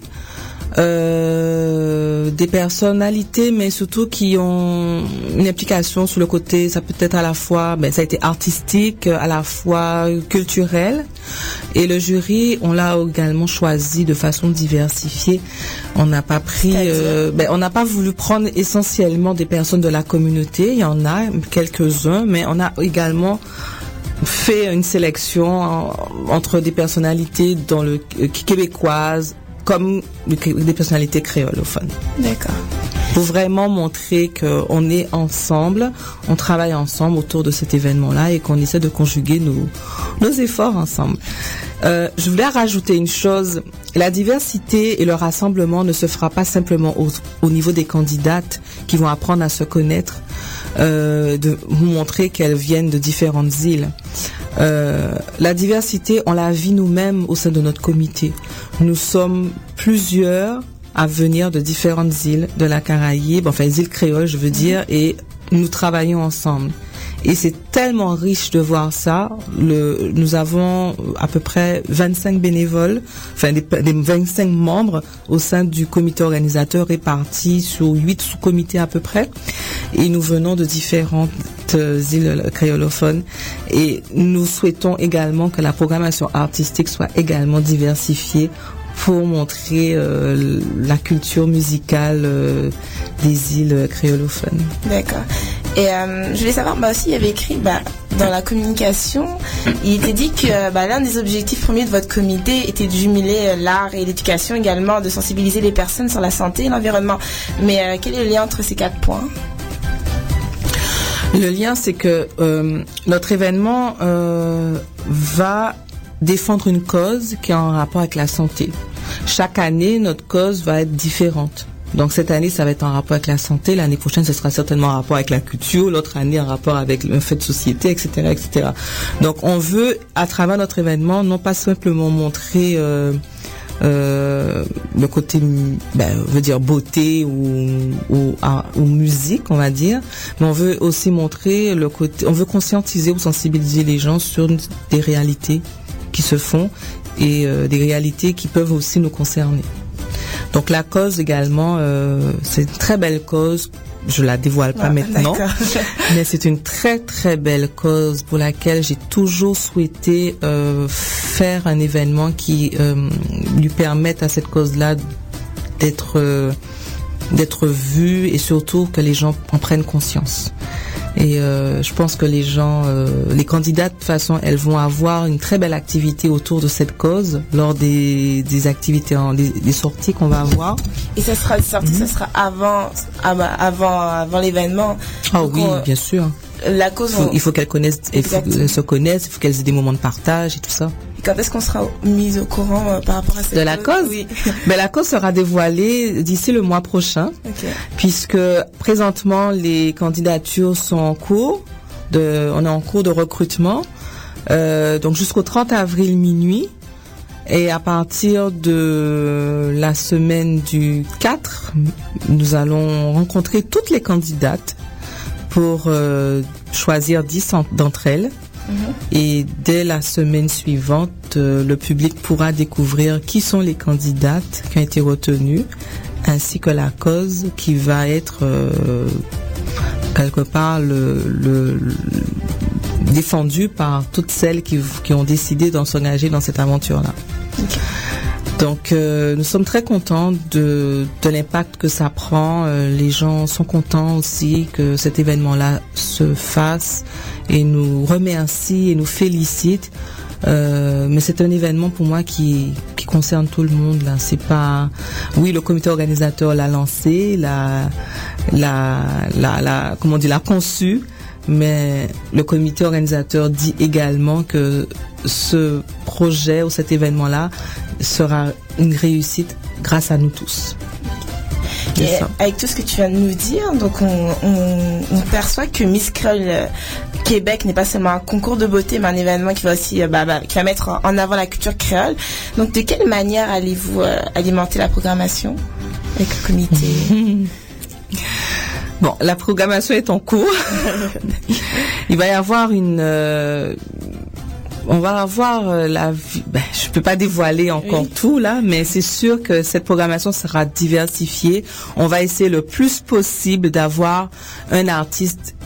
euh, des personnalités, mais surtout qui ont une implication sur le côté. Ça peut être à la fois, ben ça a été artistique, à la fois culturel. Et le jury, on l'a également choisi de façon diversifiée. On n'a pas pris, euh, ben, on n'a pas voulu prendre essentiellement des personnes de la communauté. Il y en a quelques-uns, mais on a également fait une sélection en, entre des personnalités dans le euh, québécoises comme des personnalités créolophones.
D'accord.
Pour vraiment montrer qu'on est ensemble, on travaille ensemble autour de cet événement-là et qu'on essaie de conjuguer nos, nos efforts ensemble. Euh, je voulais rajouter une chose. La diversité et le rassemblement ne se fera pas simplement au, au niveau des candidates qui vont apprendre à se connaître, euh, de vous montrer qu'elles viennent de différentes îles. Euh, la diversité, on la vit nous-mêmes au sein de notre comité. Nous sommes plusieurs à venir de différentes îles de la Caraïbe, enfin les îles créoles je veux dire, et nous travaillons ensemble. Et c'est tellement riche de voir ça. Le, nous avons à peu près vingt-cinq bénévoles, enfin des, des vingt-cinq membres au sein du comité organisateur répartis sur huit sous-comités à peu près. Et nous venons de différentes îles créolophones. Et nous souhaitons également que la programmation artistique soit également diversifiée pour montrer euh, la culture musicale euh, des îles créolophones.
D'accord. Et euh, je voulais savoir, bah aussi il y avait écrit bah, dans la communication, il était dit que bah, l'un des objectifs premiers de votre comité était de jumeler euh, l'art et l'éducation, également de sensibiliser les personnes sur la santé et l'environnement. Mais euh, quel est le lien entre ces quatre points?
Le lien, c'est que euh, notre événement euh, va défendre une cause qui est en rapport avec la santé. Chaque année, notre cause va être différente. Donc cette année, ça va être en rapport avec la santé. L'année prochaine, ce sera certainement en rapport avec la culture. L'autre année, en rapport avec un fait de société, et cetera, et cetera. Donc on veut, à travers notre événement, non pas simplement montrer euh, euh, le côté, ben, on veut dire beauté ou, ou, ou musique, on va dire, mais on veut aussi montrer le côté, on veut conscientiser ou sensibiliser les gens sur des réalités qui se font et euh, des réalités qui peuvent aussi nous concerner. Donc la cause également, euh, c'est une très belle cause. Je la dévoile pas ah, maintenant, mais c'est une très très belle cause pour laquelle j'ai toujours souhaité euh, faire un événement qui euh, lui permette à cette cause-là d'être euh, d'être vue et surtout que les gens en prennent conscience. Et euh, je pense que les gens, euh, les candidats de toute façon, elles vont avoir une très belle activité autour de cette cause lors des, des activités, en, des, des sorties qu'on va avoir.
Et ça sera sorti, mmh. ça sera avant, avant, avant l'événement.
Ah Donc oui, on, bien sûr.
La cause.
Il faut, il faut qu'elles connaissent, il faut qu'elles se connaissent, il faut qu'elles aient des moments de partage et tout ça.
Quand est-ce qu'on sera mis au courant euh, par rapport à cette
de la cause, cause
oui.
Ben la cause sera dévoilée d'ici le mois prochain,
okay.
puisque présentement les candidatures sont en cours. De, on est en cours de recrutement, euh, donc jusqu'au trente avril minuit. Et à partir de la semaine du quatre, nous allons rencontrer toutes les candidates pour euh, choisir dix d'entre elles. Mm-hmm. Et dès la semaine suivante, euh, le public pourra découvrir qui sont les candidates qui ont été retenues, ainsi que la cause qui va être euh, quelque part le, le, le, défendue par toutes celles qui, qui ont décidé d'en s'engager dans cette aventure-là. Okay. Donc euh, nous sommes très contents de, de l'impact que ça prend. Euh, les gens sont contents aussi que cet événement-là se fasse et nous remercient et nous félicitent. Euh, mais c'est un événement pour moi qui, qui concerne tout le monde. Là, c'est pas. Oui, le comité organisateur l'a lancé, l'a, l'a, l'a, l'a, comment on dit, l'a conçu. Mais le comité organisateur dit également que ce projet ou cet événement-là sera une réussite grâce à nous tous.
Et avec tout ce que tu viens de nous dire, donc on, on, on perçoit que Miss Créole Québec n'est pas seulement un concours de beauté, mais un événement qui va aussi bah, bah, qui va mettre en avant la culture créole. Donc de quelle manière allez-vous euh, alimenter la programmation avec le comité?
Bon, la programmation est en cours. Il va y avoir une... Euh, on va avoir euh, la... Ben, je peux pas dévoiler encore oui. tout là, mais c'est sûr que cette programmation sera diversifiée. On va essayer le plus possible d'avoir un artiste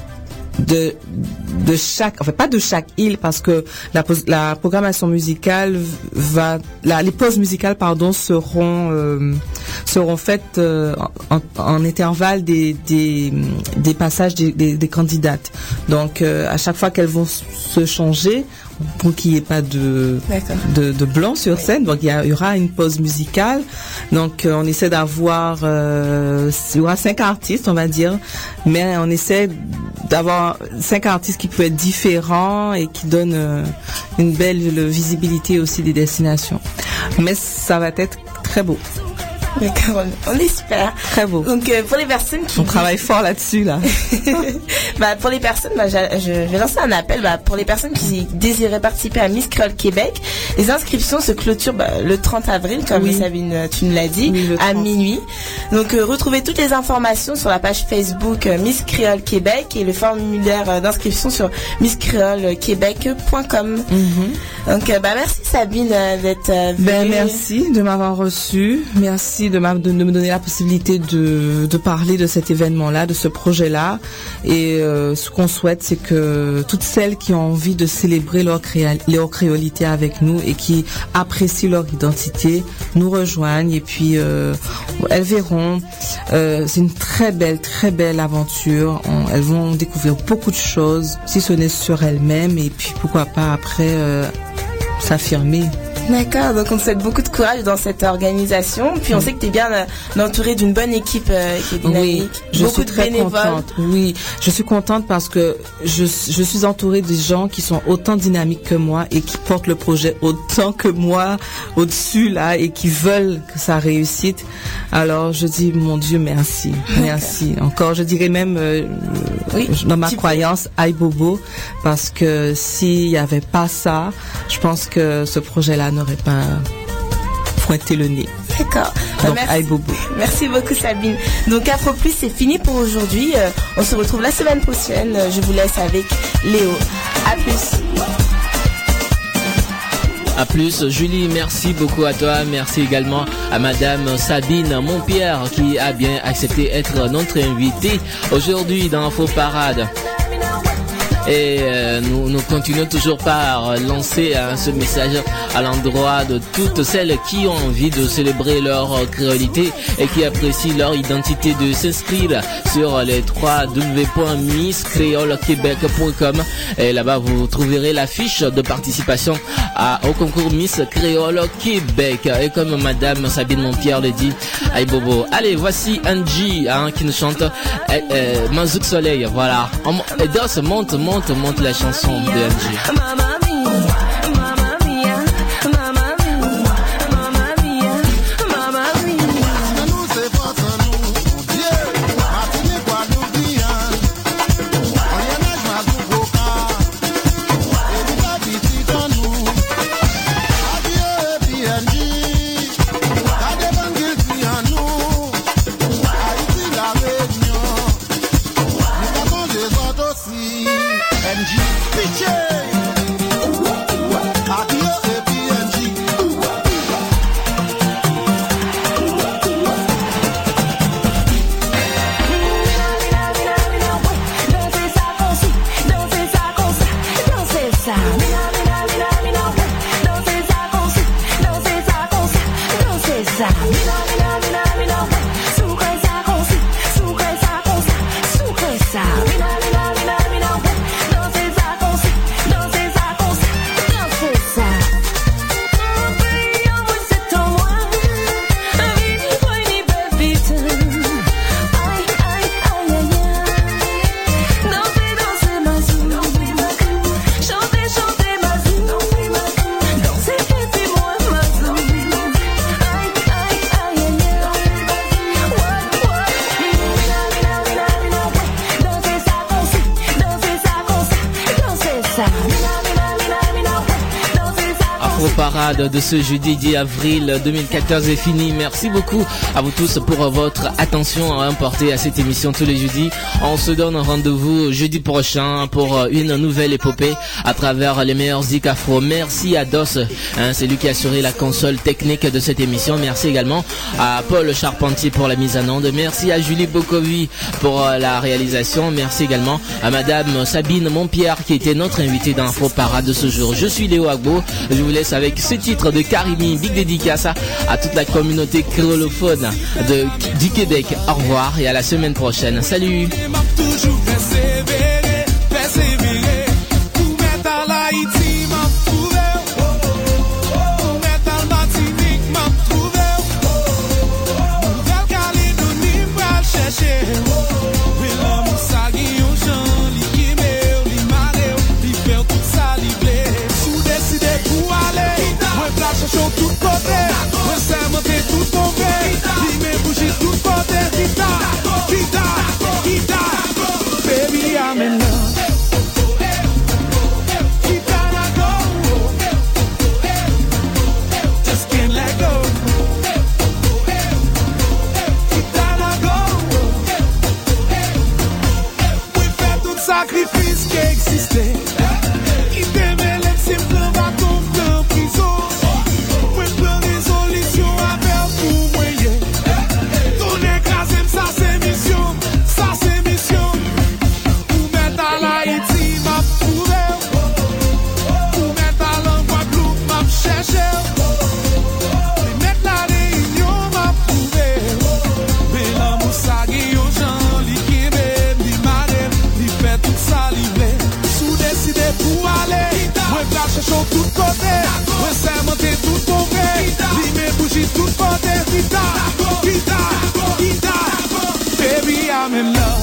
de de chaque, enfin pas de chaque île, parce que la, la programmation musicale va, la, les pauses musicales pardon seront euh, seront faites euh, en, en intervalle des des des passages des, des, des candidates. Donc euh, à chaque fois qu'elles vont se changer, pour qu'il n'y ait pas de, de de blanc sur oui. scène, donc il y, a, il y aura une pause musicale. Donc euh, on essaie d'avoir euh, il y aura cinq artistes on va dire, mais on essaie d'avoir cinq artistes qui peuvent être différents et qui donnent euh, une belle visibilité aussi des destinations. Mais ça va être très beau.
D'accord, on, on espère.
Très beau.
Donc euh, pour les personnes qui...
On travaille fort là-dessus, là.
bah, pour les personnes, bah, je, je vais lancer un appel. Bah, pour les personnes qui désiraient participer à Miss Créole Québec, les inscriptions se clôturent bah, le trente avril, comme oui. Sabine, tu nous l'as dit, oui, à minuit. Donc euh, retrouvez toutes les informations sur la page Facebook euh, Miss Créole Québec et le formulaire euh, d'inscription sur miss créole québec point com. Mm-hmm. Donc euh, bah, merci Sabine euh, d'être euh, venue.
Ben, merci de m'avoir reçue. Merci de, de, de me donner la possibilité de, de parler de cet événement-là, de ce projet-là. Et euh, ce qu'on souhaite, c'est que toutes celles qui ont envie de célébrer leur, créa- leur créolité avec nous et qui apprécient leur identité nous rejoignent. Et puis, euh, elles verront. Euh, c'est une très belle, très belle aventure. On, elles vont découvrir beaucoup de choses, si ce n'est sur elles-mêmes. Et puis, pourquoi pas après euh, s'affirmer.
D'accord, donc on te souhaite beaucoup de courage dans cette organisation. Puis on sait que tu es bien euh, entourée d'une bonne équipe euh, qui est dynamique.
Oui, je
beaucoup
suis
de
très
bénévoles.
contente. Oui, je suis contente parce que je, je suis entourée de gens qui sont autant dynamiques que moi et qui portent le projet autant que moi au-dessus là et qui veulent que ça réussisse. Alors je dis mon Dieu merci, merci. Encore, je dirais même euh, oui, dans ma croyance, aïe bobo, parce que s'il y avait pas ça, je pense que ce projet-là n'aurait pas pointé le nez.
D'accord.
Donc,
merci.
aïe bobo.
Merci beaucoup Sabine. Donc Afro Plus, c'est fini pour aujourd'hui. Euh, on se retrouve la semaine prochaine. Euh, je vous laisse avec Léo. À plus.
À plus, Julie, merci beaucoup à toi. Merci également à Madame Sabine Montpierre qui a bien accepté d'être notre invitée aujourd'hui dans Afro Parade. Et euh, nous, nous continuons toujours par lancer hein, ce message à l'endroit de toutes celles qui ont envie de célébrer leur créolité et qui apprécient leur identité de s'inscrire sur les w w w point miss créole québec point com. Et là-bas, vous trouverez la fiche de participation à, au concours Miss Créole Québec. Et comme Madame Sabine Montpierre le dit, aïe bobo. Allez, voici Angie hein, qui nous chante euh, euh, Mazouk Soleil. Voilà. On, et Dos monte, monte. Te montre la chanson de Angie.
Chantez, chantez
Afro Parade de ce jeudi dix avril deux mille quatorze est fini. Merci beaucoup à vous tous pour votre attention apportée à cette émission tous les jeudis. On se donne rendez-vous jeudi prochain pour une nouvelle épopée à travers les meilleurs zik afro. Merci à Dos, hein, c'est lui qui a assuré la console technique de cette émission. Merci également à Paul Charpentier pour la mise en onde. Merci à Julie Bokovi pour la réalisation. Merci également à Madame Sabine Montpierre qui était notre invitée dans Afro Parade de ce jour. Je suis Léo Agbo. Je vous laisse avec ce titre de Karimi. Big dédicace à toute la communauté créolophone de, du Québec. Au revoir et à la semaine prochaine. Salut.
Tout côté, moi c'est monter tout mauvais. Dis mes bougies tout côté. Guitare, guitare, guitare. Baby I'm in love. Guitare I go. Just can't let go. Guitare I go. Oui fait tout sacrifice qui existait. Qui t'aimait les simples va tomber en prison. Cherchons tout côté, moi c'est monter tout mauvais. Dis mes bougies tout côté. Guitare, guitare, guitare. Baby I'm in love.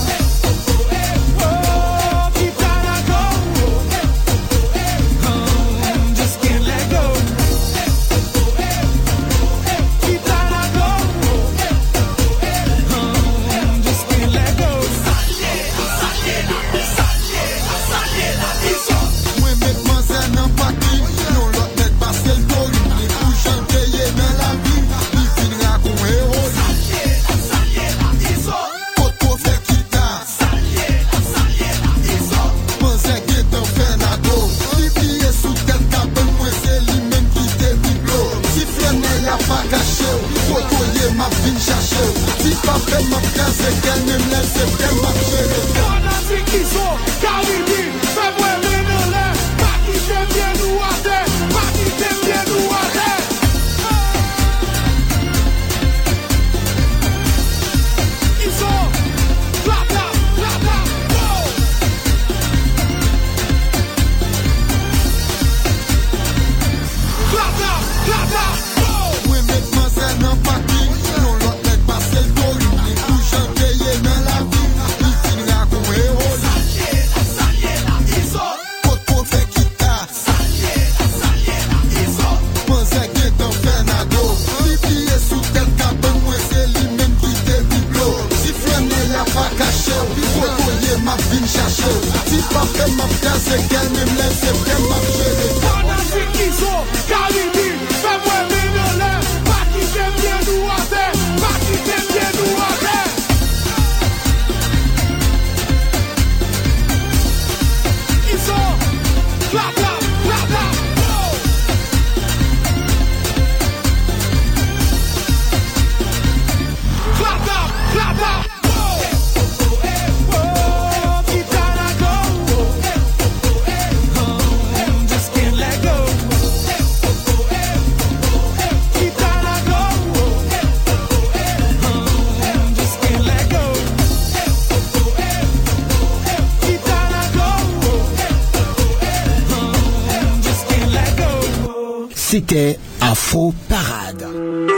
C'était Afro Parade.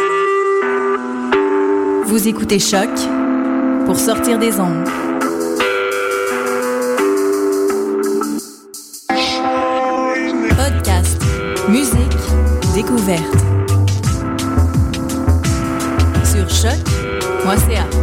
Vous écoutez Choc pour sortir des ondes. Podcast, musique, découverte. Sur choc point c a.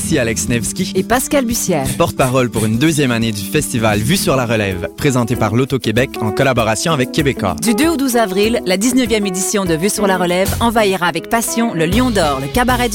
Ici Alex Nevsky
et Pascal Bussière,
porte-parole pour une deuxième année du festival Vue sur la Relève, présenté par l'Auto-Québec en collaboration avec Québécois.
Du deux au douze avril, la dix-neuvième édition de Vue sur la Relève envahira avec passion le Lion d'Or, le cabaret du